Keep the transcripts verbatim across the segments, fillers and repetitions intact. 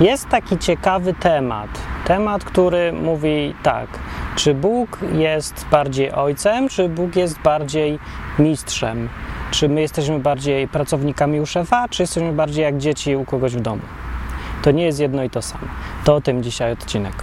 Jest taki ciekawy temat, temat, który mówi tak, czy Bóg jest bardziej ojcem, czy Bóg jest bardziej mistrzem? Czy my jesteśmy bardziej pracownikami u szefa, czy jesteśmy bardziej jak dzieci u kogoś w domu? To nie jest jedno i to samo. To o tym dzisiaj odcinek.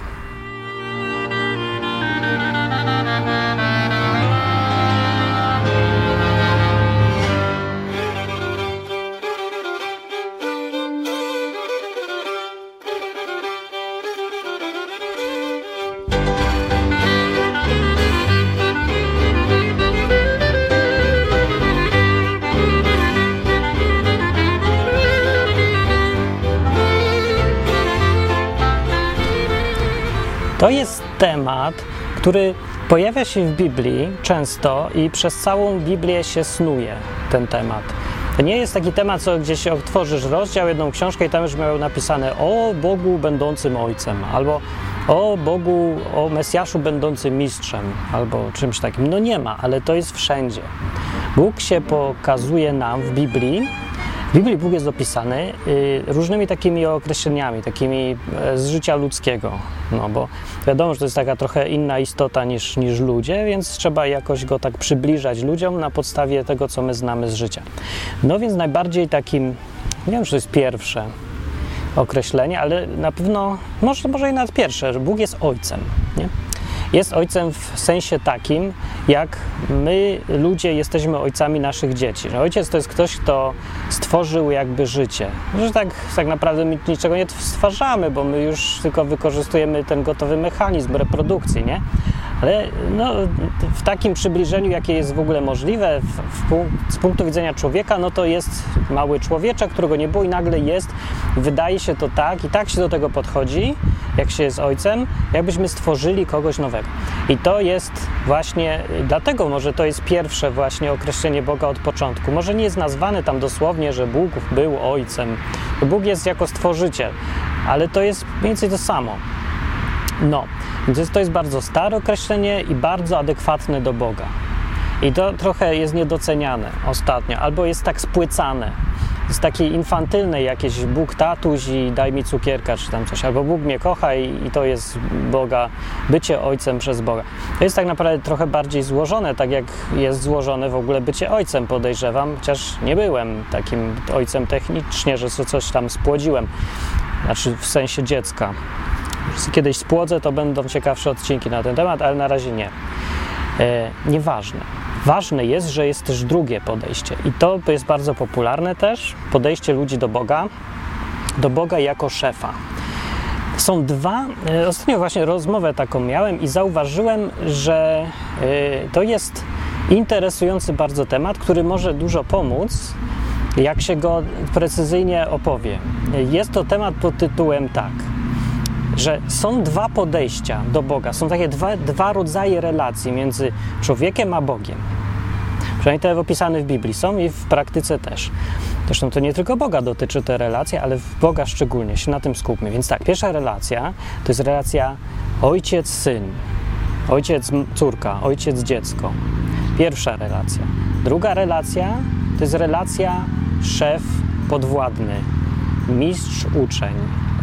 To jest temat, który pojawia się w Biblii często i przez całą Biblię się snuje ten temat. To nie jest taki temat, co gdzieś otworzysz rozdział, jedną książkę i tam już miał napisane o Bogu będącym Ojcem, albo o Bogu, o Mesjaszu będącym mistrzem, albo czymś takim. No nie ma, ale to jest wszędzie. Bóg się pokazuje nam w Biblii. W Biblii Bóg jest opisany y, różnymi takimi określeniami, takimi y, z życia ludzkiego, no bo wiadomo, że to jest taka trochę inna istota niż, niż ludzie, więc trzeba jakoś go tak przybliżać ludziom na podstawie tego, co my znamy z życia. No więc najbardziej takim, nie wiem, czy to jest pierwsze określenie, ale na pewno, może, może i nawet pierwsze, że Bóg jest Ojcem, nie? Jest ojcem w sensie takim, jak my, ludzie, jesteśmy ojcami naszych dzieci. Ojciec to jest ktoś, kto stworzył jakby życie. Że tak, tak naprawdę my niczego nie stwarzamy, bo my już tylko wykorzystujemy ten gotowy mechanizm reprodukcji, nie? Ale no, w takim przybliżeniu, jakie jest w ogóle możliwe, w, w, z punktu widzenia człowieka, no to jest mały człowieczek, którego nie było i nagle jest. Wydaje się to tak i tak się do tego podchodzi, jak się jest ojcem, jakbyśmy stworzyli kogoś nowego. I to jest właśnie, dlatego może to jest pierwsze właśnie określenie Boga od początku. Może nie jest nazwany tam dosłownie, że Bóg był ojcem. Bóg jest jako stworzyciel, ale to jest mniej więcej to samo. No, więc to jest bardzo stare określenie i bardzo adekwatne do Boga. I to trochę jest niedoceniane ostatnio, albo jest tak spłycane. Jest takie infantylne jakieś Bóg tatuś i daj mi cukierka czy tam coś, albo Bóg mnie kocha i, i to jest Boga, bycie ojcem przez Boga. To jest tak naprawdę trochę bardziej złożone, tak jak jest złożone w ogóle bycie ojcem, podejrzewam, chociaż nie byłem takim ojcem technicznie, że coś tam spłodziłem, znaczy w sensie dziecka. Kiedyś spłodzę, to będą ciekawsze odcinki na ten temat, ale na razie nie. E, nieważne. Ważne jest, że jest też drugie podejście i to jest bardzo popularne też, podejście ludzi do Boga, do Boga jako szefa. Są dwa, e, ostatnio właśnie rozmowę taką miałem i zauważyłem, że e, to jest interesujący bardzo temat, który może dużo pomóc, jak się go precyzyjnie opowie. Jest to temat pod tytułem tak, że są dwa podejścia do Boga, są takie dwa, dwa rodzaje relacji między człowiekiem a Bogiem. Przynajmniej te opisane w Biblii są i w praktyce też. Zresztą to nie tylko Boga dotyczy te relacje, ale w Boga szczególnie, się na tym skupmy. Więc tak, pierwsza relacja to jest relacja ojciec-syn, ojciec-córka, ojciec-dziecko. Pierwsza relacja. Druga relacja to jest relacja szef-podwładny, mistrz-uczeń,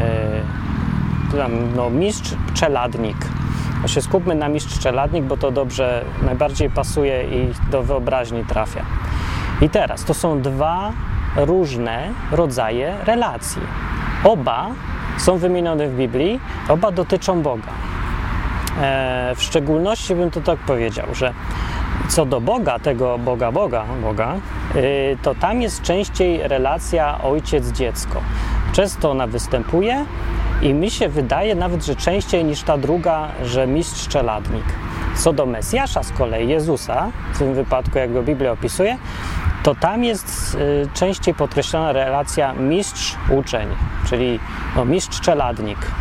yy, no, mistrz-czeladnik. No się skupmy na mistrz-czeladnik, bo to dobrze, najbardziej pasuje i do wyobraźni trafia. I teraz, to są dwa różne rodzaje relacji. Oba są wymienione w Biblii, oba dotyczą Boga. E, w szczególności bym to tak powiedział, że co do Boga, tego Boga, Boga, Boga, yy, to tam jest częściej relacja ojciec-dziecko. Często ona występuje i mi się wydaje nawet, że częściej niż ta druga, że mistrz-czeladnik. Co do Mesjasza z kolei, Jezusa, w tym wypadku jak go Biblia opisuje, to tam jest y, częściej podkreślona relacja mistrz-uczeń, czyli no, mistrz-czeladnik. Y,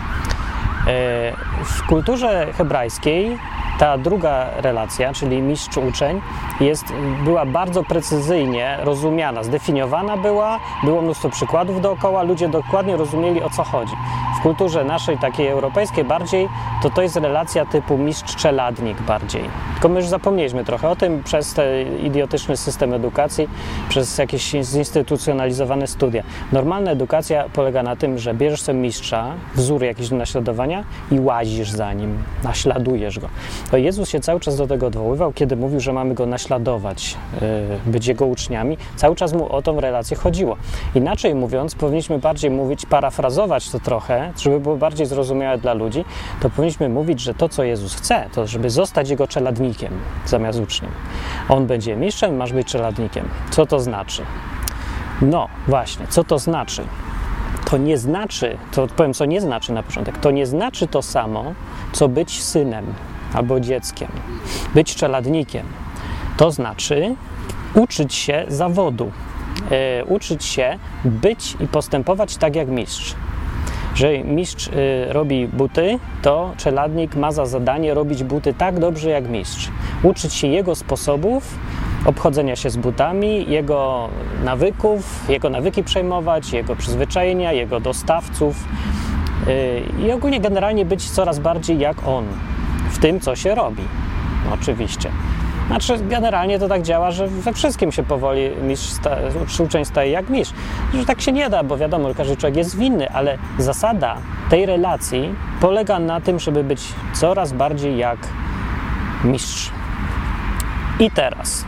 w kulturze hebrajskiej ta druga relacja, czyli mistrz-uczeń, jest, była bardzo precyzyjnie rozumiana, zdefiniowana była, było mnóstwo przykładów dookoła, ludzie dokładnie rozumieli, o co chodzi. W kulturze naszej, takiej europejskiej bardziej, to to jest relacja typu mistrz-czeladnik bardziej. Tylko my już zapomnieliśmy trochę o tym przez ten idiotyczny system edukacji, przez jakieś zinstytucjonalizowane studia. Normalna edukacja polega na tym, że bierzesz sobie mistrza, wzór jakiś do naśladowania i łazisz za nim, naśladujesz go. To Jezus się cały czas do tego odwoływał, kiedy mówił, że mamy go naśladować, yy, być jego uczniami. Cały czas mu o tą relację chodziło. Inaczej mówiąc, powinniśmy bardziej mówić, parafrazować to trochę, żeby było bardziej zrozumiałe dla ludzi, to powinniśmy mówić, że to, co Jezus chce, to żeby zostać jego czeladnikiem zamiast uczniem. On będzie mistrzem, masz być czeladnikiem. Co to znaczy? No właśnie, co to znaczy? To nie znaczy, to powiem, co nie znaczy na początek, to nie znaczy to samo, co być synem albo dzieckiem. Być czeladnikiem. To znaczy uczyć się zawodu. Yy, uczyć się być i postępować tak jak mistrz. Jeżeli mistrz y, robi buty, to czeladnik ma za zadanie robić buty tak dobrze jak mistrz. Uczyć się jego sposobów obchodzenia się z butami, jego nawyków, jego nawyki przejmować, jego przyzwyczajenia, jego dostawców y, i ogólnie generalnie być coraz bardziej jak on w tym, co się robi. Oczywiście. Znaczy, generalnie to tak działa, że we wszystkim się powoli mistrz sta, uczeń staje jak mistrz. Że tak się nie da, bo wiadomo, każdy człowiek jest winny, ale zasada tej relacji polega na tym, żeby być coraz bardziej jak mistrz. I teraz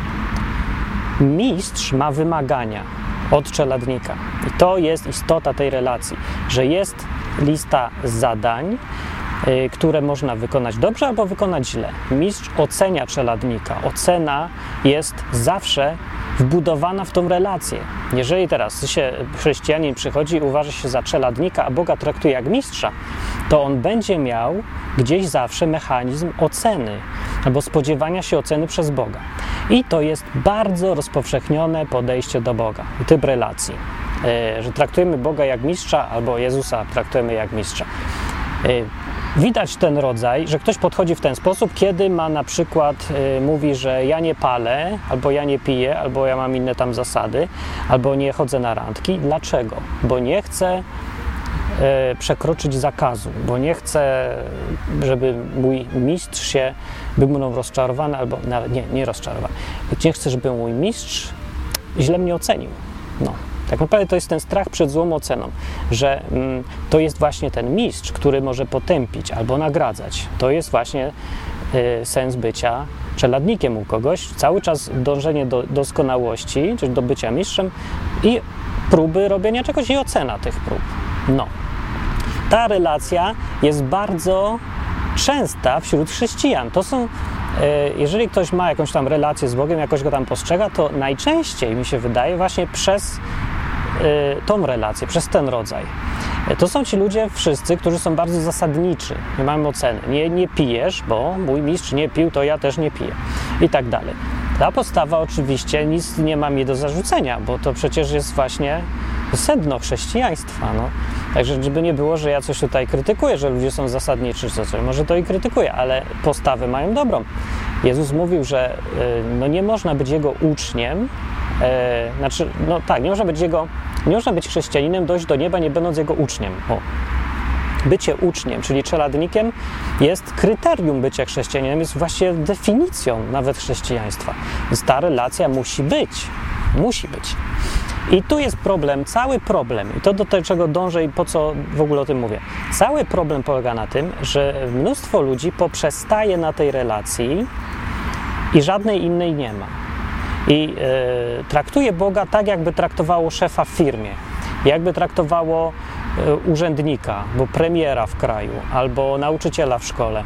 mistrz ma wymagania od czeladnika. I to jest istota tej relacji, że jest lista zadań, które można wykonać dobrze albo wykonać źle. Mistrz ocenia czeladnika. Ocena jest zawsze wbudowana w tą relację. Jeżeli teraz się chrześcijanin przychodzi i uważa się za czeladnika, a Boga traktuje jak mistrza, to on będzie miał gdzieś zawsze mechanizm oceny albo spodziewania się oceny przez Boga. I to jest bardzo rozpowszechnione podejście do Boga, typ relacji, że traktujemy Boga jak mistrza albo Jezusa traktujemy jak mistrza. Widać ten rodzaj, że ktoś podchodzi w ten sposób, kiedy ma na przykład, y, mówi, że ja nie palę, albo ja nie piję, albo ja mam inne tam zasady, albo nie chodzę na randki. Dlaczego? Bo nie chcę y, przekroczyć zakazu, bo nie chcę, żeby mój mistrz się, był mną rozczarowany, albo nawet nie, nie rozczarowany. Nie chcę, żeby mój mistrz źle mnie ocenił. No. Tak naprawdę to jest ten strach przed złą oceną, że mm, to jest właśnie ten mistrz, który może potępić albo nagradzać. To jest właśnie y, sens bycia czeladnikiem u kogoś. Cały czas dążenie do doskonałości, czyli do bycia mistrzem i próby robienia czegoś i ocena tych prób. No. Ta relacja jest bardzo częsta wśród chrześcijan. To są, y, jeżeli ktoś ma jakąś tam relację z Bogiem, jakoś go tam postrzega, to najczęściej mi się wydaje właśnie przez tą relację, przez ten rodzaj. To są ci ludzie wszyscy, którzy są bardzo zasadniczy, nie mają oceny. Nie, nie pijesz, bo mój mistrz nie pił, to ja też nie piję. I tak dalej. Ta postawa oczywiście nic nie ma mi do zarzucenia, bo to przecież jest właśnie sedno chrześcijaństwa. No. Także żeby nie było, że ja coś tutaj krytykuję, że ludzie są zasadniczy, czy coś, może to i krytykuję, ale postawę mają dobrą. Jezus mówił, że no, nie można być Jego uczniem, e, znaczy, no tak, nie można być Jego, nie można być chrześcijaninem, dojść do nieba, nie będąc Jego uczniem. O. Bycie uczniem, czyli czeladnikiem, jest kryterium bycia chrześcijaninem, jest właściwie definicją nawet chrześcijaństwa. Więc ta relacja musi być. Musi być. I tu jest problem, cały problem, i to do czego dążę i po co w ogóle o tym mówię. Cały problem polega na tym, że mnóstwo ludzi poprzestaje na tej relacji i żadnej innej nie ma. I yy, traktuje Boga tak, jakby traktowało szefa w firmie, jakby traktowało yy, urzędnika, bo premiera w kraju, albo nauczyciela w szkole.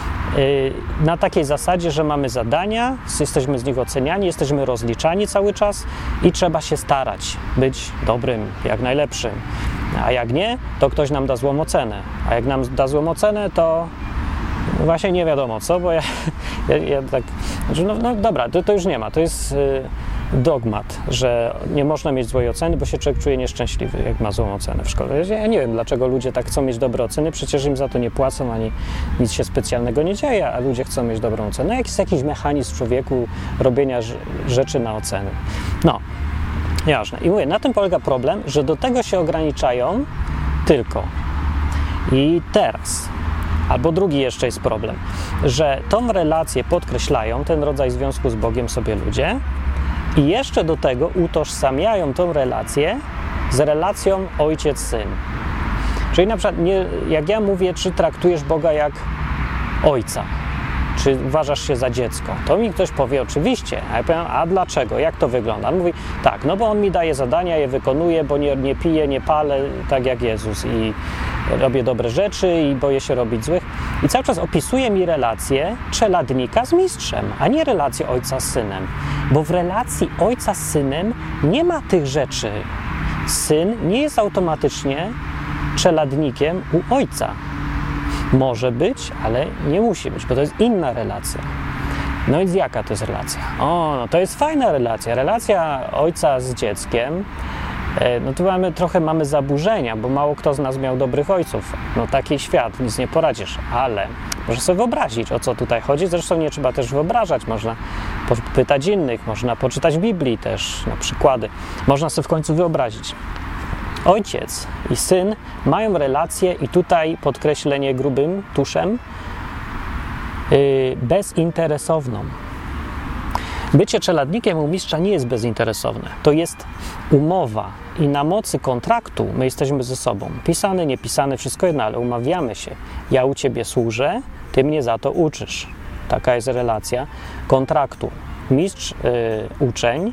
Na takiej zasadzie, że mamy zadania, jesteśmy z nich oceniani, jesteśmy rozliczani cały czas i trzeba się starać być dobrym, jak najlepszym. A jak nie, to ktoś nam da złą ocenę. A jak nam da złą ocenę, to właśnie nie wiadomo co, bo ja, ja, ja tak... No, no dobra, to, to już nie ma, to jest y, dogmat, że nie można mieć złej oceny, bo się człowiek czuje nieszczęśliwy, jak ma złą ocenę w szkole. Ja nie wiem, dlaczego ludzie tak chcą mieć dobre oceny, przecież im za to nie płacą, ani nic się specjalnego nie dzieje, a ludzie chcą mieć dobrą ocenę. No, jest jakiś mechanizm w człowieku robienia rzeczy na oceny. No, jasne. I mówię, na tym polega problem, że do tego się ograniczają tylko I teraz, albo drugi jeszcze jest problem, że tą relację podkreślają, ten rodzaj związku z Bogiem sobie ludzie i jeszcze do tego utożsamiają tą relację z relacją ojciec-syn. Czyli na przykład, nie, jak ja mówię, czy traktujesz Boga jak ojca, czy uważasz się za dziecko, to mi ktoś powie oczywiście, a ja powiem, a dlaczego, jak to wygląda? On mówi, tak, no bo on mi daje zadania, je wykonuję, bo nie, nie piję, nie palę, tak jak Jezus i robię dobre rzeczy i boję się robić złych. I cały czas opisuje mi relację czeladnika z mistrzem, a nie relację ojca z synem, bo w relacji ojca z synem nie ma tych rzeczy. Syn nie jest automatycznie czeladnikiem u ojca. Może być, ale nie musi być, bo to jest inna relacja. No więc jaka to jest relacja? O, no to jest fajna relacja. Relacja ojca z dzieckiem, no tu mamy, trochę mamy zaburzenia, bo mało kto z nas miał dobrych ojców. No taki świat, nic nie poradzisz, ale można sobie wyobrazić, o co tutaj chodzi. Zresztą nie trzeba też wyobrażać, można pytać innych, można poczytać Biblii też, na przykłady. Można sobie w końcu wyobrazić. Ojciec i syn mają relację i tutaj podkreślenie grubym tuszem yy, bezinteresowną. Bycie czeladnikiem u mistrza nie jest bezinteresowne. To jest umowa i na mocy kontraktu my jesteśmy ze sobą. Pisany, niepisany, wszystko jedno, ale umawiamy się. Ja u ciebie służę, ty mnie za to uczysz. Taka jest relacja kontraktu. Mistrz, yy, uczeń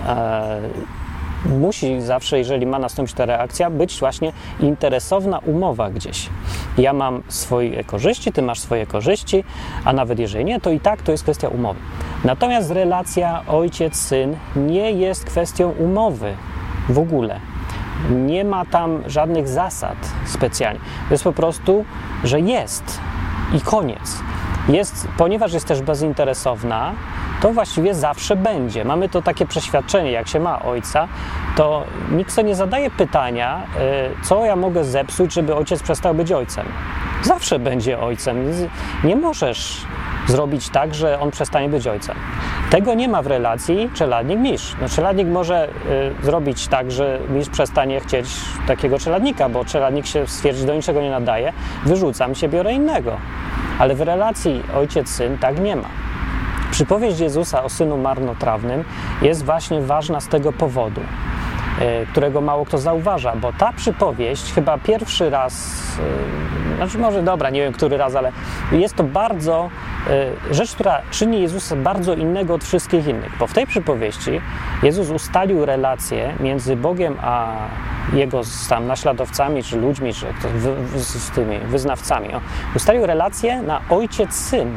yy, musi zawsze, jeżeli ma nastąpić ta reakcja, być właśnie interesowna umowa gdzieś. Ja mam swoje korzyści, ty masz swoje korzyści, a nawet jeżeli nie, to i tak to jest kwestia umowy. Natomiast relacja ojciec-syn nie jest kwestią umowy w ogóle. Nie ma tam żadnych zasad specjalnie. To jest po prostu, że jest i koniec. Jest, ponieważ jest też bezinteresowna, to właściwie zawsze będzie. Mamy to takie przeświadczenie, jak się ma ojca, to nikt sobie nie zadaje pytania, co ja mogę zepsuć, żeby ojciec przestał być ojcem. Zawsze będzie ojcem. Nie możesz zrobić tak, że on przestanie być ojcem. Tego nie ma w relacji czeladnik-mistrz. No, czeladnik może y, zrobić tak, że mistrz przestanie chcieć takiego czeladnika, bo czeladnik się stwierdzi, do niczego nie nadaje, wyrzucam się, biorę innego. Ale w relacji ojciec-syn tak nie ma. Przypowieść Jezusa o synu marnotrawnym jest właśnie ważna z tego powodu, y, którego mało kto zauważa, bo ta przypowieść chyba pierwszy raz, y, znaczy może dobra, nie wiem który raz, ale jest to bardzo y, rzecz, która czyni Jezusa bardzo innego od wszystkich innych, bo w tej przypowieści Jezus ustalił relację między Bogiem a Jego tam naśladowcami, czy ludźmi, czy to, wy, wy, z tymi wyznawcami. O, ustalił relację na ojciec-syn,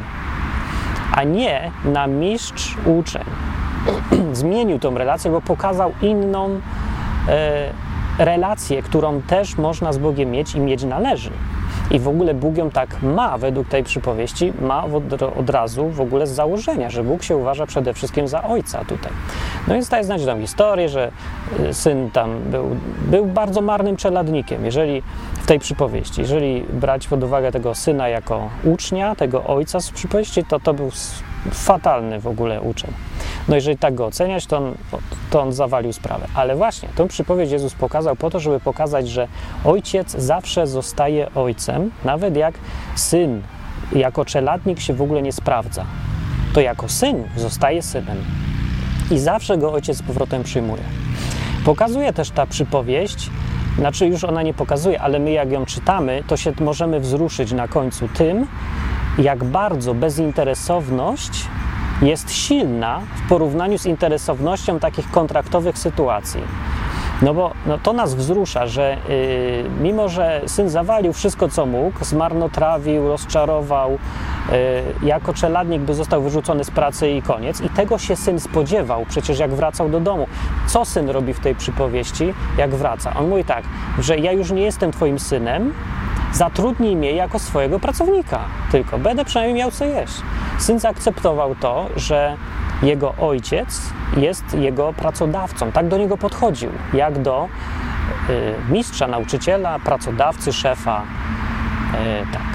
a nie na mistrz-uczeń. Zmienił tą relację, bo pokazał inną e, relację, którą też można z Bogiem mieć i mieć należy. I w ogóle Bóg ją tak ma, według tej przypowieści, ma od, od razu w ogóle z założenia, że Bóg się uważa przede wszystkim za ojca tutaj. No więc tutaj znać tą historię, że syn tam był, był bardzo marnym czeladnikiem, jeżeli w tej przypowieści, jeżeli brać pod uwagę tego syna jako ucznia, tego ojca z przypowieści, to to był fatalny w ogóle uczeń. No jeżeli tak go oceniać, to on, to on zawalił sprawę. Ale właśnie, tą przypowieść Jezus pokazał po to, żeby pokazać, że ojciec zawsze zostaje ojcem, nawet jak syn jako czeladnik się w ogóle nie sprawdza. To jako syn zostaje synem. I zawsze go ojciec z powrotem przyjmuje. Pokazuje też ta przypowieść, znaczy już ona nie pokazuje, ale my jak ją czytamy, to się możemy wzruszyć na końcu tym, jak bardzo bezinteresowność jest silna w porównaniu z interesownością takich kontraktowych sytuacji. No bo no to nas wzrusza, że yy, mimo, że syn zawalił wszystko, co mógł, zmarnotrawił, rozczarował, yy, jako czeladnik by został wyrzucony z pracy i koniec. I tego się syn spodziewał, przecież jak wracał do domu. Co syn robi w tej przypowieści, jak wraca? On mówi tak, że ja już nie jestem twoim synem, zatrudnij mnie jako swojego pracownika, tylko będę przynajmniej miał co jeść. Syn zaakceptował to, że jego ojciec jest jego pracodawcą. Tak do niego podchodził, jak do y, mistrza, nauczyciela, pracodawcy, szefa. Y, tak.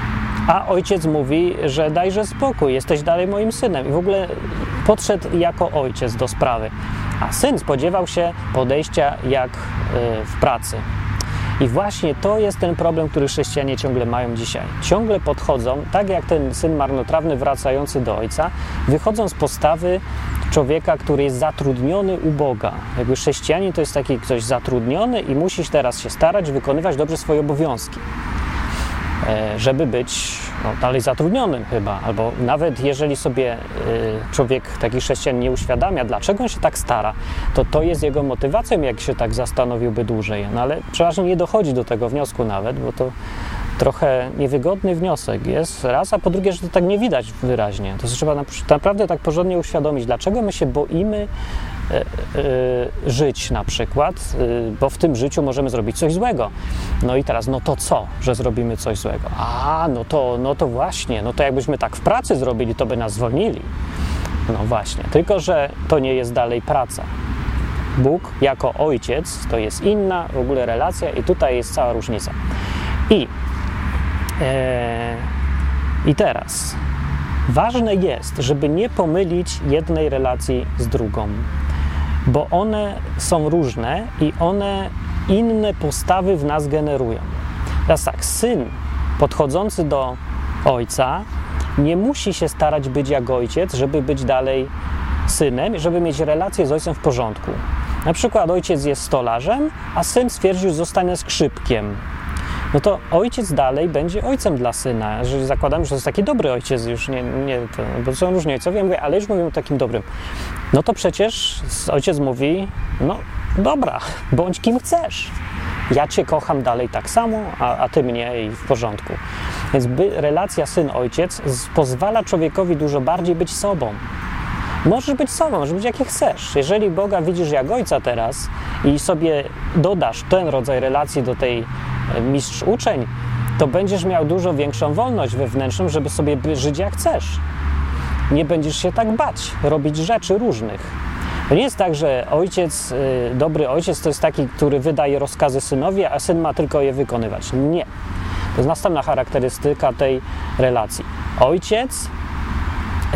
A ojciec mówi, że dajże spokój, jesteś dalej moim synem. I w ogóle podszedł jako ojciec do sprawy. A syn spodziewał się podejścia jak y, w pracy. I właśnie to jest ten problem, który chrześcijanie ciągle mają dzisiaj. Ciągle podchodzą, tak jak ten syn marnotrawny wracający do ojca, wychodzą z postawy człowieka, który jest zatrudniony u Boga. Jakby chrześcijanin to jest taki ktoś zatrudniony i musisz teraz się starać, wykonywać dobrze swoje obowiązki, żeby być no, dalej zatrudnionym chyba, albo nawet jeżeli sobie y, człowiek, taki chrześcijan nie uświadamia, dlaczego on się tak stara, to to jest jego motywacją, jak się tak zastanowiłby dłużej. No ale przeważnie nie dochodzi do tego wniosku nawet, bo to trochę niewygodny wniosek jest, raz, a po drugie, że to tak nie widać wyraźnie. To trzeba naprawdę tak porządnie uświadomić, dlaczego my się boimy y, y, żyć na przykład, y, bo w tym życiu możemy zrobić coś złego. No i teraz, no to co, że zrobimy coś złego? A, no to, no to właśnie, no to jakbyśmy tak w pracy zrobili, to by nas zwolnili. No właśnie, tylko że to nie jest dalej praca. Bóg jako ojciec to jest inna w ogóle relacja i tutaj jest cała różnica. I I teraz ważne jest, żeby nie pomylić jednej relacji z drugą, bo one są różne i one inne postawy w nas generują. Teraz tak, syn podchodzący do ojca nie musi się starać być jak ojciec, żeby być dalej synem, żeby mieć relację z ojcem w porządku. Na przykład ojciec jest stolarzem, a syn stwierdził, że zostanie skrzypkiem. No to ojciec dalej będzie ojcem dla syna. Jeżeli zakładamy, że to jest taki dobry ojciec, już nie, nie to, bo są różni ojcowie, ja mówię, ale już mówimy o takim dobrym. No to przecież ojciec mówi, no dobra, bądź kim chcesz. Ja cię kocham dalej tak samo, a, a ty mnie i w porządku. Więc by, relacja syn-ojciec z, pozwala człowiekowi dużo bardziej być sobą. Możesz być sobą, możesz być jaki chcesz. Jeżeli Boga widzisz jak ojca teraz i sobie dodasz ten rodzaj relacji do tej mistrz-uczeń, to będziesz miał dużo większą wolność wewnętrzną, żeby sobie żyć jak chcesz. Nie będziesz się tak bać, robić rzeczy różnych. To nie jest tak, że ojciec, dobry ojciec to jest taki, który wydaje rozkazy synowi, a syn ma tylko je wykonywać. Nie. To jest następna charakterystyka tej relacji. Ojciec yy,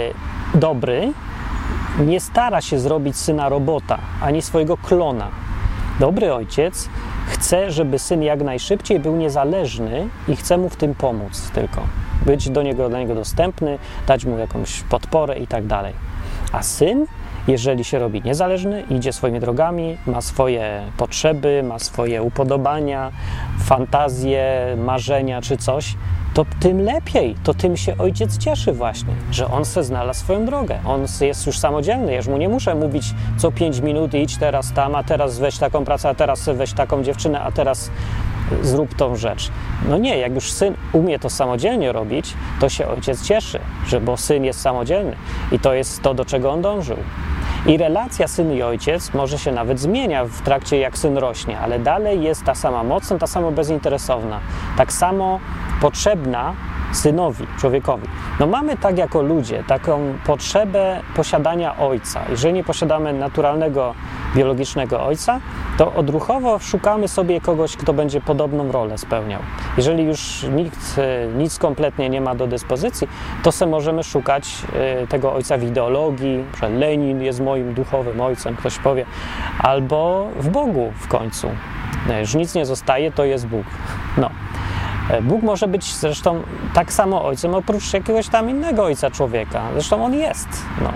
dobry nie stara się zrobić syna robota, ani swojego klona. Dobry ojciec chce, żeby syn jak najszybciej był niezależny i chce mu w tym pomóc tylko. Być do niego, dla niego dostępny, dać mu jakąś podporę i tak dalej. A syn, jeżeli się robi niezależny, idzie swoimi drogami, ma swoje potrzeby, ma swoje upodobania, fantazje, marzenia czy coś, to tym lepiej, to tym się ojciec cieszy właśnie, że on se znalazł swoją drogę. On jest już samodzielny, ja już mu nie muszę mówić co pięć minut idź teraz tam, a teraz weź taką pracę, a teraz weź taką dziewczynę, a teraz zrób tą rzecz. No nie, jak już syn umie to samodzielnie robić, to się ojciec cieszy, że bo syn jest samodzielny i to jest to, do czego on dążył. I relacja syn i ojciec może się nawet zmienia w trakcie jak syn rośnie, ale dalej jest ta sama mocna, ta samo bezinteresowna, tak samo potrzebna synowi, człowiekowi. No mamy tak jako ludzie taką potrzebę posiadania ojca. Jeżeli nie posiadamy naturalnego, biologicznego ojca, to odruchowo szukamy sobie kogoś, kto będzie podobną rolę spełniał. Jeżeli już nikt nic kompletnie nie ma do dyspozycji, to se możemy szukać tego ojca w ideologii, że Lenin jest moim duchowym ojcem, ktoś powie, albo w Bogu w końcu. Już nic nie zostaje, to jest Bóg. No. Bóg może być zresztą tak samo ojcem, oprócz jakiegoś tam innego ojca człowieka. Zresztą on jest. No.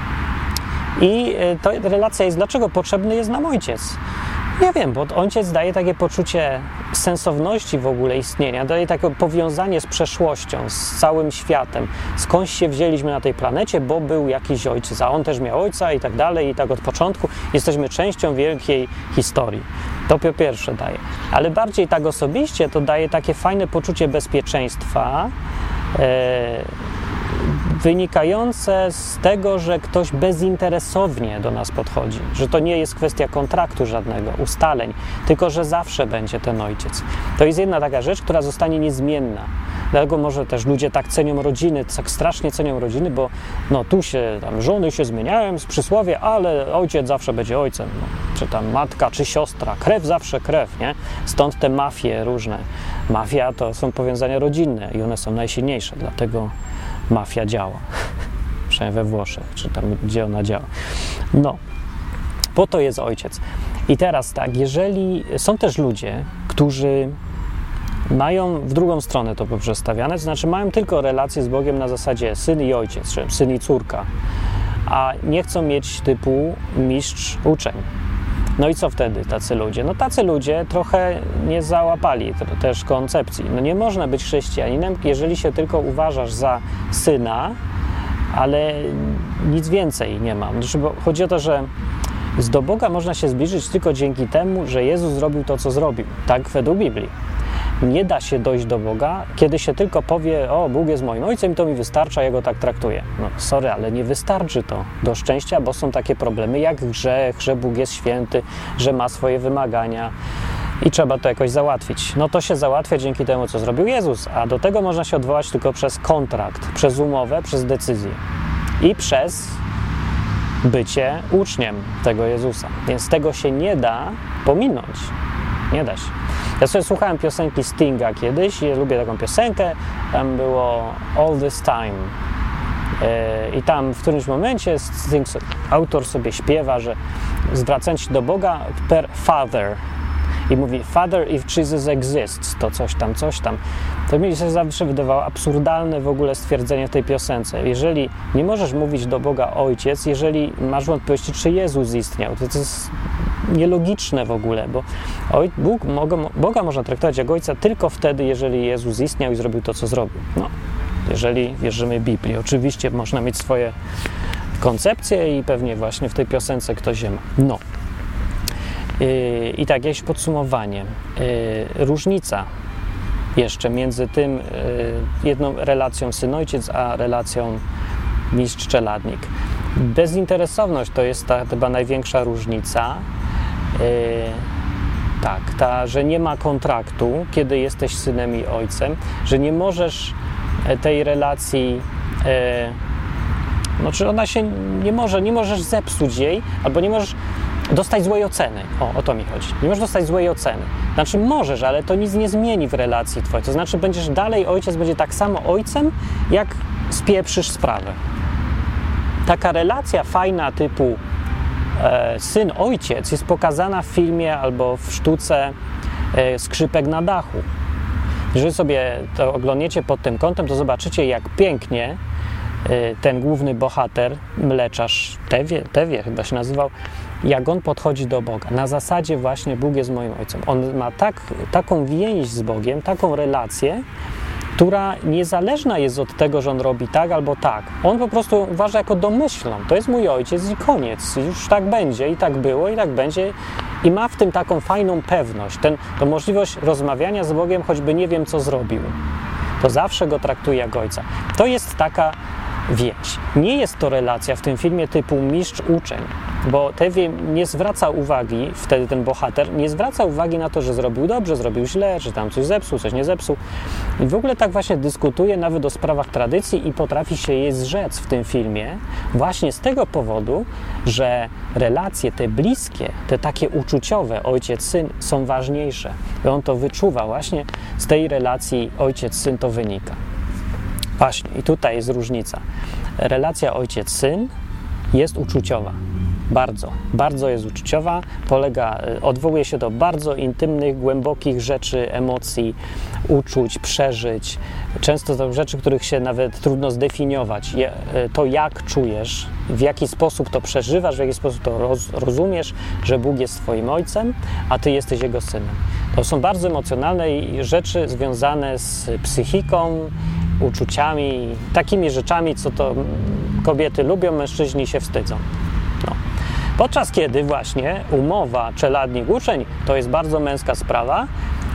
I to relacja jest, dlaczego potrzebny jest nam ojciec? Nie wiem, bo ojciec daje takie poczucie sensowności w ogóle istnienia, daje takie powiązanie z przeszłością, z całym światem. Skądś się wzięliśmy na tej planecie, bo był jakiś ojciec, a on też miał ojca i tak dalej, i tak od początku. Jesteśmy częścią wielkiej historii. To po pierwsze daje. Ale bardziej tak osobiście to daje takie fajne poczucie bezpieczeństwa, e, wynikające z tego, że ktoś bezinteresownie do nas podchodzi, że to nie jest kwestia kontraktu żadnego, ustaleń, tylko że zawsze będzie ten ojciec. To jest jedna taka rzecz, która zostanie niezmienna. Dlatego może też ludzie tak cenią rodziny, tak strasznie cenią rodziny, bo no tu się tam żony się zmieniają z przysłowie, ale ojciec zawsze będzie ojcem. No, czy tam matka, czy siostra, krew zawsze krew, nie? Stąd te mafie różne. Mafia to są powiązania rodzinne i one są najsilniejsze, dlatego mafia działa, przynajmniej we Włoszech, czy tam gdzie ona działa. No, po to jest ojciec. I teraz tak, jeżeli są też ludzie, którzy mają w drugą stronę to poprzestawiane, to znaczy mają tylko relacje z Bogiem na zasadzie syn i ojciec, czy syn i córka, a nie chcą mieć typu mistrz uczeń. No i co wtedy tacy ludzie? No tacy ludzie trochę nie załapali też koncepcji. No nie można być chrześcijaninem, jeżeli się tylko uważasz za syna, ale nic więcej nie mam. Znaczy, bo chodzi o to, że do Boga można się zbliżyć tylko dzięki temu, że Jezus zrobił to, co zrobił. Tak według Biblii. Nie da się dojść do Boga, kiedy się tylko powie, o, Bóg jest moim ojcem i to mi wystarcza, ja go tak traktuję. No sorry, ale nie wystarczy to do szczęścia, bo są takie problemy jak grzech, że Bóg jest święty, że ma swoje wymagania i trzeba to jakoś załatwić. No to się załatwia dzięki temu, co zrobił Jezus, a do tego można się odwołać tylko przez kontrakt, przez umowę, przez decyzję i przez bycie uczniem tego Jezusa. Więc tego się nie da pominąć. Nie da się. Ja sobie słuchałem piosenki Stinga kiedyś i lubię taką piosenkę. Tam było All This Time. Yy, I tam w którymś momencie Sting, autor sobie śpiewa, że zwracając się do Boga per Father. I mówi, Father, if Jesus exists, to coś tam, coś tam. To mi się zawsze wydawało absurdalne w ogóle stwierdzenie w tej piosence. Jeżeli nie możesz mówić do Boga Ojciec, jeżeli masz wątpliwości, czy Jezus istniał, to, to jest nielogiczne w ogóle, bo oj, Bóg, Boga można traktować jak Ojca tylko wtedy, jeżeli Jezus istniał i zrobił to, co zrobił. No, jeżeli wierzymy Biblii. Oczywiście można mieć swoje koncepcje i pewnie właśnie w tej piosence ktoś je ma. No. I tak, jakieś podsumowanie. Różnica jeszcze między tym jedną relacją syn-ojciec, a relacją mistrz-czeladnik. Bezinteresowność to jest ta chyba największa różnica. Tak, ta, że nie ma kontraktu, kiedy jesteś synem i ojcem, że nie możesz tej relacji, znaczy ona się nie może, nie możesz zepsuć jej, albo nie możesz dostać złej oceny. O, o to mi chodzi. Nie możesz dostać złej oceny. Znaczy możesz, ale to nic nie zmieni w relacji twojej. To znaczy będziesz dalej, ojciec będzie tak samo ojcem, jak spieprzysz sprawę. Taka relacja fajna typu e, syn-ojciec jest pokazana w filmie albo w sztuce e, Skrzypek na dachu. Jeżeli sobie to oglądniecie pod tym kątem, to zobaczycie, jak pięknie e, ten główny bohater, mleczarz Tewie, Tewie chyba się nazywał, jak on podchodzi do Boga. Na zasadzie właśnie Bóg jest moim ojcem. On ma tak, taką więź z Bogiem, taką relację, która niezależna jest od tego, że on robi tak albo tak. On po prostu uważa jako domyślną. To jest mój ojciec i koniec. Już tak będzie i tak było i tak będzie. I ma w tym taką fajną pewność. Ten, to możliwość rozmawiania z Bogiem, choćby nie wiem, co zrobił. To zawsze go traktuje jak ojca. To jest taka więź. Nie jest to relacja w tym filmie typu mistrz-uczeń, bo Tewie nie zwraca uwagi, wtedy ten bohater, nie zwraca uwagi na to, że zrobił dobrze, zrobił źle, że tam coś zepsuł, coś nie zepsuł. I w ogóle tak właśnie dyskutuje nawet o sprawach tradycji i potrafi się jej zrzec w tym filmie właśnie z tego powodu, że relacje te bliskie, te takie uczuciowe ojciec-syn są ważniejsze. I on to wyczuwa właśnie z tej relacji ojciec-syn to wynika. Właśnie, i tutaj jest różnica. Relacja ojciec-syn jest uczuciowa. Bardzo, bardzo jest uczuciowa. Polega, odwołuje się do bardzo intymnych, głębokich rzeczy, emocji, uczuć, przeżyć. Często to rzeczy, których się nawet trudno zdefiniować. To, jak czujesz, w jaki sposób to przeżywasz, w jaki sposób to roz, rozumiesz, że Bóg jest twoim ojcem, a ty jesteś jego synem. To są bardzo emocjonalne rzeczy związane z psychiką, uczuciami, takimi rzeczami, co to kobiety lubią, mężczyźni się wstydzą. No. Podczas kiedy właśnie umowa czeladnik-uczeń to jest bardzo męska sprawa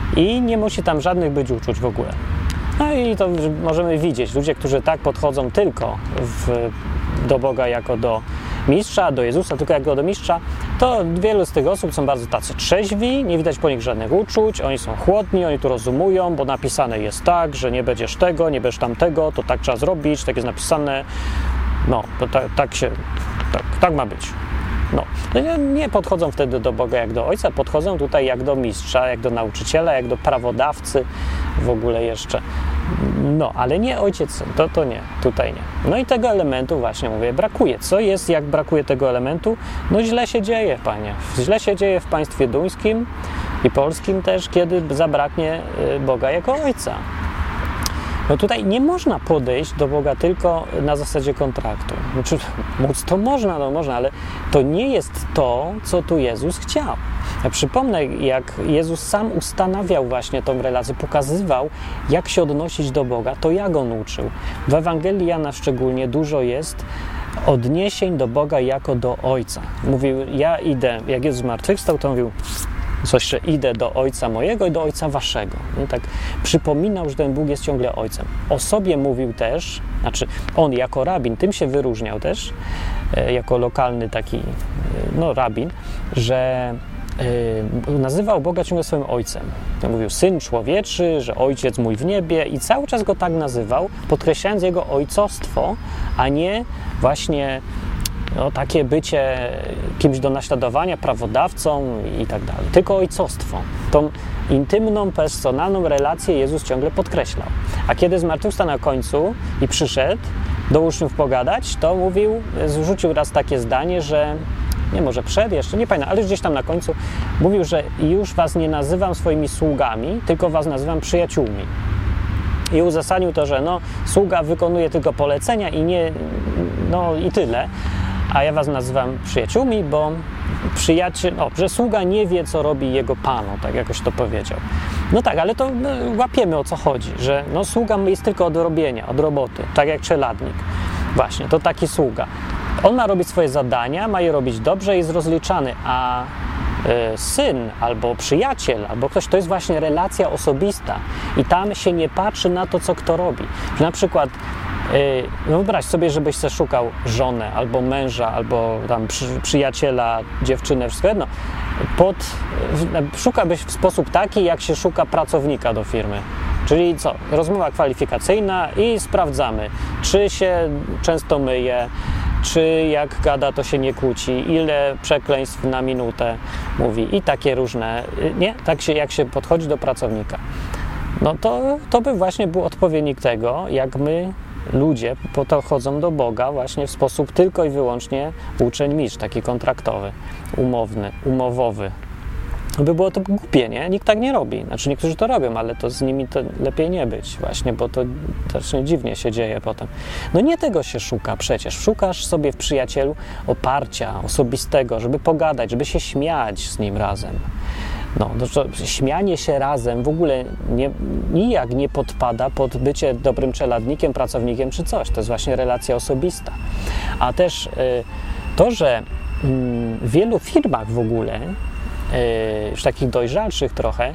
i nie musi tam żadnych być uczuć w ogóle. No i to możemy widzieć. Ludzie, którzy tak podchodzą tylko w, do Boga jako do mistrza, do Jezusa tylko jako do mistrza, to wielu z tych osób są bardzo tacy trzeźwi, nie widać po nich żadnych uczuć, oni są chłodni, oni to rozumują, bo napisane jest tak, że nie będziesz tego, nie będziesz tamtego, to tak trzeba zrobić, tak jest napisane, no, to tak, tak się, tak, tak ma być. No, nie podchodzą wtedy do Boga jak do Ojca, podchodzą tutaj jak do mistrza, jak do nauczyciela, jak do prawodawcy w ogóle jeszcze. No, ale nie ojciec, to, to nie, tutaj nie. No i tego elementu właśnie, mówię, brakuje. Co jest, jak brakuje tego elementu? No źle się dzieje, panie. Źle się dzieje w państwie duńskim, i polskim też, kiedy zabraknie Boga jako Ojca. No tutaj nie można podejść do Boga tylko na zasadzie kontraktu. Znaczy, móc to można, no można, ale to nie jest to, co tu Jezus chciał. Ja przypomnę, jak Jezus sam ustanawiał właśnie tą relację, pokazywał, jak się odnosić do Boga, to ja go uczył. W Ewangelii Jana szczególnie dużo jest odniesień do Boga jako do Ojca. Mówił, ja idę, jak Jezus zmartwychwstał, to mówił coś, że idę do Ojca mojego i do Ojca waszego. I tak przypominał, że ten Bóg jest ciągle Ojcem. O sobie mówił też, znaczy on jako rabin, tym się wyróżniał też, e, jako lokalny taki, e, no rabin, że e, nazywał Boga ciągle swoim Ojcem. Ja mówił, Syn człowieczy, że Ojciec mój w niebie i cały czas go tak nazywał, podkreślając jego ojcostwo, a nie właśnie no, takie bycie kimś do naśladowania, prawodawcą i tak dalej. Tylko ojcostwo. Tą intymną, personalną relację Jezus ciągle podkreślał. A kiedy zmartwychwstał na końcu i przyszedł do uczniów pogadać, to mówił, zrzucił raz takie zdanie, że nie może przed jeszcze, nie pamiętam, ale gdzieś tam na końcu mówił, że już was nie nazywam swoimi sługami, tylko was nazywam przyjaciółmi. I uzasadnił to, że no, sługa wykonuje tylko polecenia i nie, no i tyle. A ja was nazywam przyjaciółmi, bo przyjaciel, no, że sługa nie wie, co robi jego panu, tak jakoś to powiedział. No tak, ale to no, łapiemy, o co chodzi, że no, sługa jest tylko od robienia, od roboty, tak jak czeladnik. Właśnie, to taki sługa. On ma robić swoje zadania, ma je robić dobrze i jest rozliczany, a y, syn albo przyjaciel, albo ktoś, to jest właśnie relacja osobista i tam się nie patrzy na to, co kto robi. Że na przykład no wyobraź sobie, żebyś se szukał żonę, albo męża, albo tam przy, przyjaciela, dziewczynę, wszystko jedno. Pod, szukałbyś w sposób taki, jak się szuka pracownika do firmy. Czyli co? Rozmowa kwalifikacyjna i sprawdzamy, czy się często myje, czy jak gada, to się nie kłóci, ile przekleństw na minutę mówi i takie różne, nie? Tak się, jak się podchodzi do pracownika. No to, to by właśnie był odpowiednik tego, jak my ludzie po to chodzą do Boga właśnie w sposób tylko i wyłącznie uczeń-mistrz, taki kontraktowy, umowny, umowowy. By było to głupie, nie? Nikt tak nie robi. Znaczy niektórzy to robią, ale to z nimi to lepiej nie być właśnie, bo to strasznie dziwnie się dzieje potem. No nie tego się szuka przecież. Szukasz sobie w przyjacielu oparcia osobistego, żeby pogadać, żeby się śmiać z nim razem. No, to śmianie się razem w ogóle nie, nijak nie podpada pod bycie dobrym czeladnikiem, pracownikiem czy coś. To jest właśnie relacja osobista. A też y, to, że y, w wielu firmach w ogóle, y, już takich dojrzalszych trochę,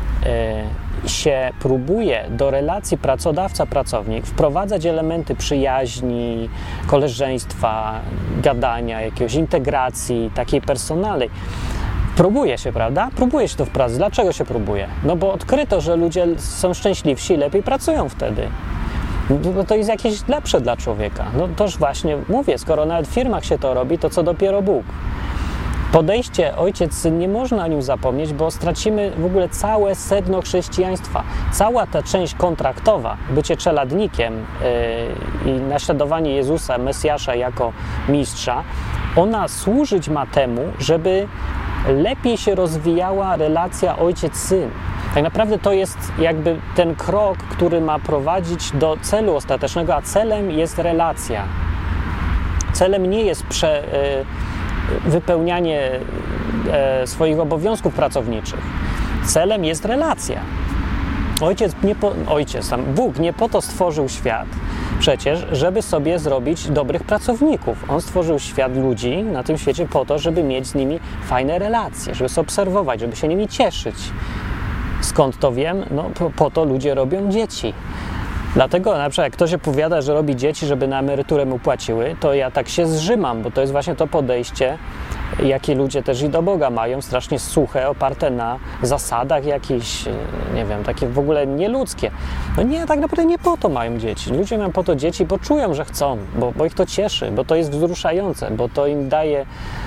y, się próbuje do relacji pracodawca-pracownik wprowadzać elementy przyjaźni, koleżeństwa, gadania, jakiejś integracji takiej personalnej. Próbuje się, prawda? Próbuje się to w pracy. Dlaczego się próbuje? No bo odkryto, że ludzie są szczęśliwsi i lepiej pracują wtedy. Bo to jest jakieś lepsze dla człowieka. No toż właśnie mówię, skoro nawet w firmach się to robi, to co dopiero Bóg. Podejście ojciec, syn, nie można o nim zapomnieć, bo stracimy w ogóle całe sedno chrześcijaństwa. Cała ta część kontraktowa, bycie czeladnikiem yy, i naśladowanie Jezusa, Mesjasza jako mistrza, ona służyć ma temu, żeby lepiej się rozwijała relacja ojciec-syn. Tak naprawdę to jest jakby ten krok, który ma prowadzić do celu ostatecznego, a celem jest relacja. Celem nie jest prze, wypełnianie swoich obowiązków pracowniczych. Celem jest relacja. Ojciec, nie po, ojciec, tam Bóg nie po to stworzył świat przecież, żeby sobie zrobić dobrych pracowników. On stworzył świat ludzi na tym świecie po to, żeby mieć z nimi fajne relacje, żeby sobie obserwować, żeby się nimi cieszyć. Skąd to wiem? No po, po to ludzie robią dzieci. Dlatego na przykład jak ktoś opowiada, że robi dzieci, żeby na emeryturę mu płaciły, to ja tak się zżymam, bo to jest właśnie to podejście, jakie ludzie też i do Boga mają, strasznie suche, oparte na zasadach jakichś, nie wiem, takie w ogóle nieludzkie. No nie, tak naprawdę nie po to mają dzieci. Ludzie mają po to dzieci, bo czują, że chcą, bo, bo ich to cieszy, bo to jest wzruszające, bo to im daje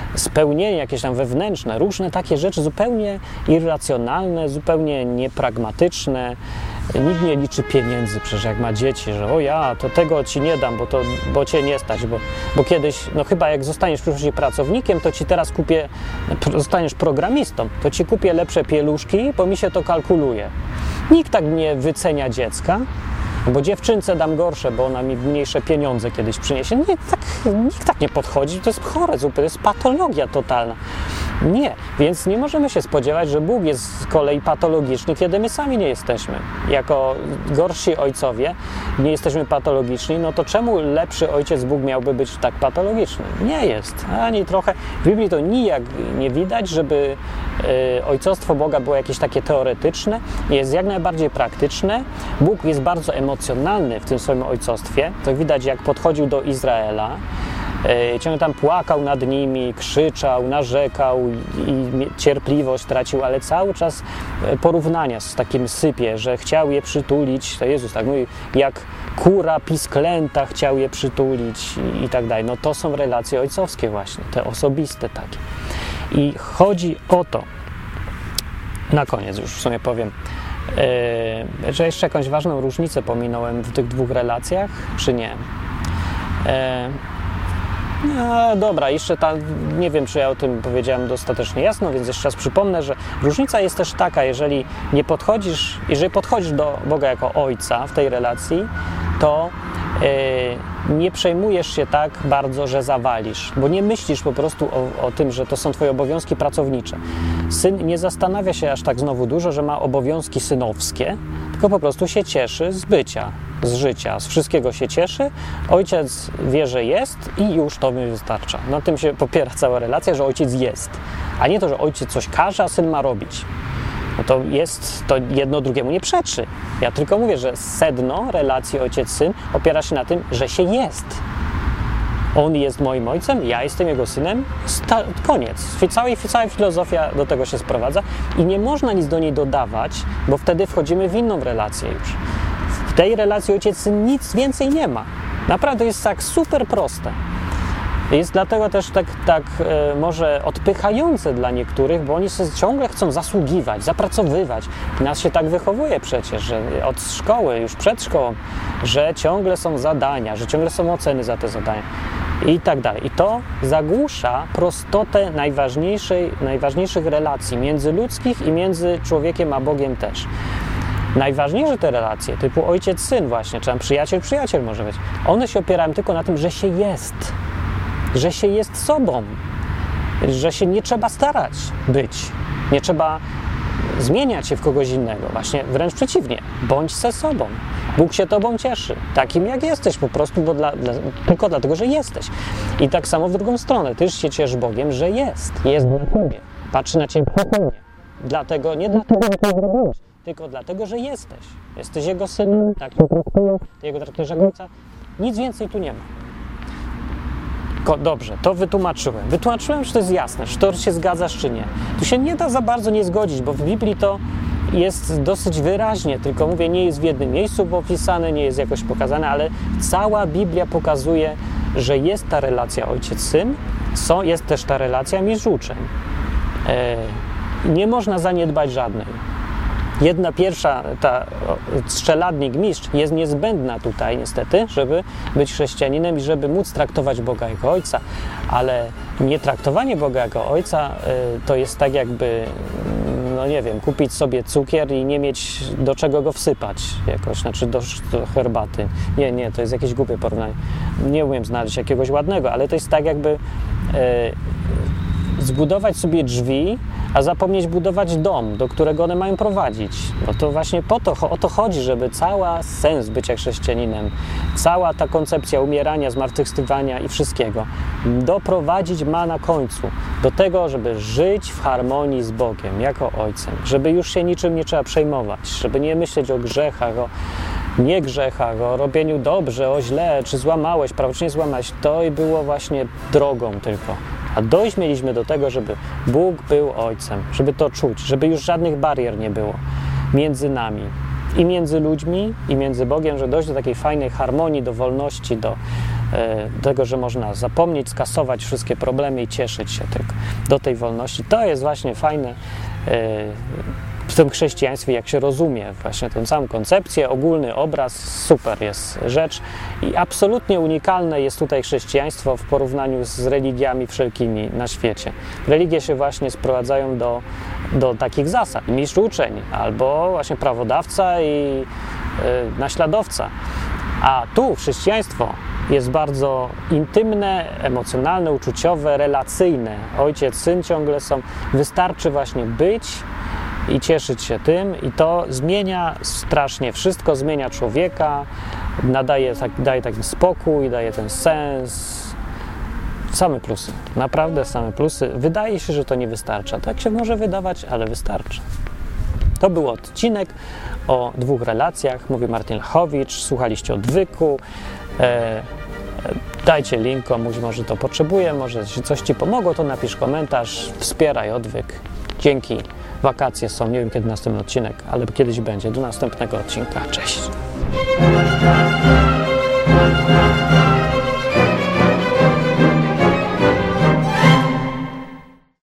spełnienie jakieś tam wewnętrzne, różne takie rzeczy zupełnie irracjonalne, zupełnie niepragmatyczne. Nikt nie liczy pieniędzy, przecież jak ma dzieci, że o ja, to tego ci nie dam, bo, to, bo cię nie stać, bo, bo kiedyś, no chyba jak zostaniesz w przyszłości pracownikiem, to ci teraz kupię, zostaniesz programistą, to ci kupię lepsze pieluszki, bo mi się to kalkuluje. Nikt tak nie wycenia dziecka, bo dziewczynce dam gorsze, bo ona mi mniejsze pieniądze kiedyś przyniesie. Nie, tak, nikt tak nie podchodzi, to jest chore zupełnie, to jest patologia totalna. Nie, więc nie możemy się spodziewać, że Bóg jest z kolei patologiczny, kiedy my sami nie jesteśmy. Jako gorsi ojcowie nie jesteśmy patologiczni, no to czemu lepszy ojciec Bóg miałby być tak patologiczny? Nie jest, ani trochę. W Biblii to nijak nie widać, żeby y, ojcostwo Boga było jakieś takie teoretyczne, jest jak najbardziej praktyczne. Bóg jest bardzo emocjonalny w tym swoim ojcostwie. To widać, jak podchodził do Izraela. Ciągle tam płakał nad nimi, krzyczał, narzekał i cierpliwość tracił, ale cały czas porównania z takim sypie, że chciał je przytulić, to Jezus tak mówi, jak kura pisklęta chciał je przytulić i, i tak dalej. No to są relacje ojcowskie właśnie, te osobiste takie. I chodzi o to, na koniec już w sumie powiem, yy, że jeszcze jakąś ważną różnicę pominąłem w tych dwóch relacjach, czy nie? Yy, No dobra, jeszcze ta, nie wiem, czy ja o tym powiedziałem dostatecznie jasno, więc jeszcze raz przypomnę, że różnica jest też taka, jeżeli nie podchodzisz, jeżeli podchodzisz do Boga jako Ojca w tej relacji, to yy, nie przejmujesz się tak bardzo, że zawalisz, bo nie myślisz po prostu o, o tym, że to są twoje obowiązki pracownicze. Syn nie zastanawia się aż tak znowu dużo, że ma obowiązki synowskie, tylko po prostu się cieszy z bycia, z życia, z wszystkiego się cieszy. Ojciec wie, że jest i już to mi wystarcza. Na tym się popiera cała relacja, że ojciec jest, a nie to, że ojciec coś każe, a syn ma robić. No to jest, to jedno drugiemu nie przeczy. Ja tylko mówię, że sedno relacji ojciec-syn opiera się na tym, że się jest. On jest moim ojcem, ja jestem jego synem, sta- koniec. Cała, cała filozofia do tego się sprowadza i nie można nic do niej dodawać, bo wtedy wchodzimy w inną relację już. W tej relacji ojciec-syn nic więcej nie ma. Naprawdę jest tak super proste. Jest dlatego też tak, tak e, może odpychające dla niektórych, bo oni sobie ciągle chcą zasługiwać, zapracowywać. Nas się tak wychowuje przecież, że od szkoły, już przed szkołą, że ciągle są zadania, że ciągle są oceny za te zadania i tak dalej. I to zagłusza prostotę najważniejszej, najważniejszych relacji międzyludzkich i między człowiekiem a Bogiem też. Najważniejsze te relacje, typu ojciec-syn właśnie, czy tam przyjaciel-przyjaciel może być, one się opierają tylko na tym, że się jest. Że się jest sobą, że się nie trzeba starać być, nie trzeba zmieniać się w kogoś innego, właśnie wręcz przeciwnie, bądź ze sobą. Bóg się tobą cieszy, takim jak jesteś po prostu, bo dla, dla, tylko dlatego, że jesteś. I tak samo w drugą stronę, tyż się ciesz Bogiem, że jest, jest dla ciebie, patrzy na ciebie pochopnie, dlatego, nie dlatego, że to zrobiłeś, tylko dlatego, że jesteś. Jesteś Jego synem, tak cię traktuje, ty Jego traktujesz jak ojca, nic więcej tu nie ma. Dobrze, to wytłumaczyłem. Wytłumaczyłem, że to jest jasne, czy to się zgadzasz, czy nie. Tu się nie da za bardzo nie zgodzić, bo w Biblii to jest dosyć wyraźnie, tylko mówię, nie jest w jednym miejscu opisane, nie jest jakoś pokazane, ale cała Biblia pokazuje, że jest ta relacja ojciec-syn, są, jest też ta relacja mistrz-uczeń. E, nie można zaniedbać żadnej. Jedna pierwsza, ta strzeladnik mistrz jest niezbędna tutaj niestety, żeby być chrześcijaninem i żeby móc traktować Boga jako Ojca, ale nie traktowanie Boga jako Ojca y, to jest tak jakby, no nie wiem, kupić sobie cukier i nie mieć do czego go wsypać jakoś, znaczy do, do herbaty. Nie, nie, to jest jakieś głupie porównanie. Nie umiem znaleźć jakiegoś ładnego, ale to jest tak jakby y, zbudować sobie drzwi, a zapomnieć budować dom, do którego one mają prowadzić. No to właśnie po to, o to chodzi, żeby cały sens bycia chrześcijaninem, cała ta koncepcja umierania, zmartwychwstawania i wszystkiego doprowadzić ma na końcu do tego, żeby żyć w harmonii z Bogiem, jako Ojcem, żeby już się niczym nie trzeba przejmować, żeby nie myśleć o grzechach, o nie grzechach, o robieniu dobrze, o źle, czy złamałeś, prawo, czy nie złamałeś. To i było właśnie drogą tylko. A dojść mieliśmy do tego, żeby Bóg był Ojcem, żeby to czuć, żeby już żadnych barier nie było między nami i między ludźmi, i między Bogiem, żeby dojść do takiej fajnej harmonii, do wolności, do, tego, że można zapomnieć, skasować wszystkie problemy i cieszyć się tylko do tej wolności. To jest właśnie fajne w tym chrześcijaństwie, jak się rozumie właśnie tę całą koncepcję, ogólny obraz, super jest rzecz i absolutnie unikalne jest tutaj chrześcijaństwo w porównaniu z religiami wszelkimi na świecie. Religie się właśnie sprowadzają do, do takich zasad, mistrz uczeń, albo właśnie prawodawca i yy, naśladowca, a tu chrześcijaństwo jest bardzo intymne, emocjonalne, uczuciowe, relacyjne. Ojciec, syn ciągle są. Wystarczy właśnie być i cieszyć się tym i to zmienia strasznie wszystko, zmienia człowieka, nadaje tak, daje taki spokój, daje ten sens. Same plusy, naprawdę same plusy. Wydaje się, że to nie wystarcza. Tak się może wydawać, ale wystarczy. To był odcinek o dwóch relacjach. Mówi Martin Lechowicz. Słuchaliście odwyku. E, dajcie link komuś, może to potrzebuje, może jeśli coś ci pomogło, to napisz komentarz. Wspieraj odwyk. Dzięki. Wakacje są, nie wiem kiedy następny odcinek, ale kiedyś będzie. Do następnego odcinka. Cześć.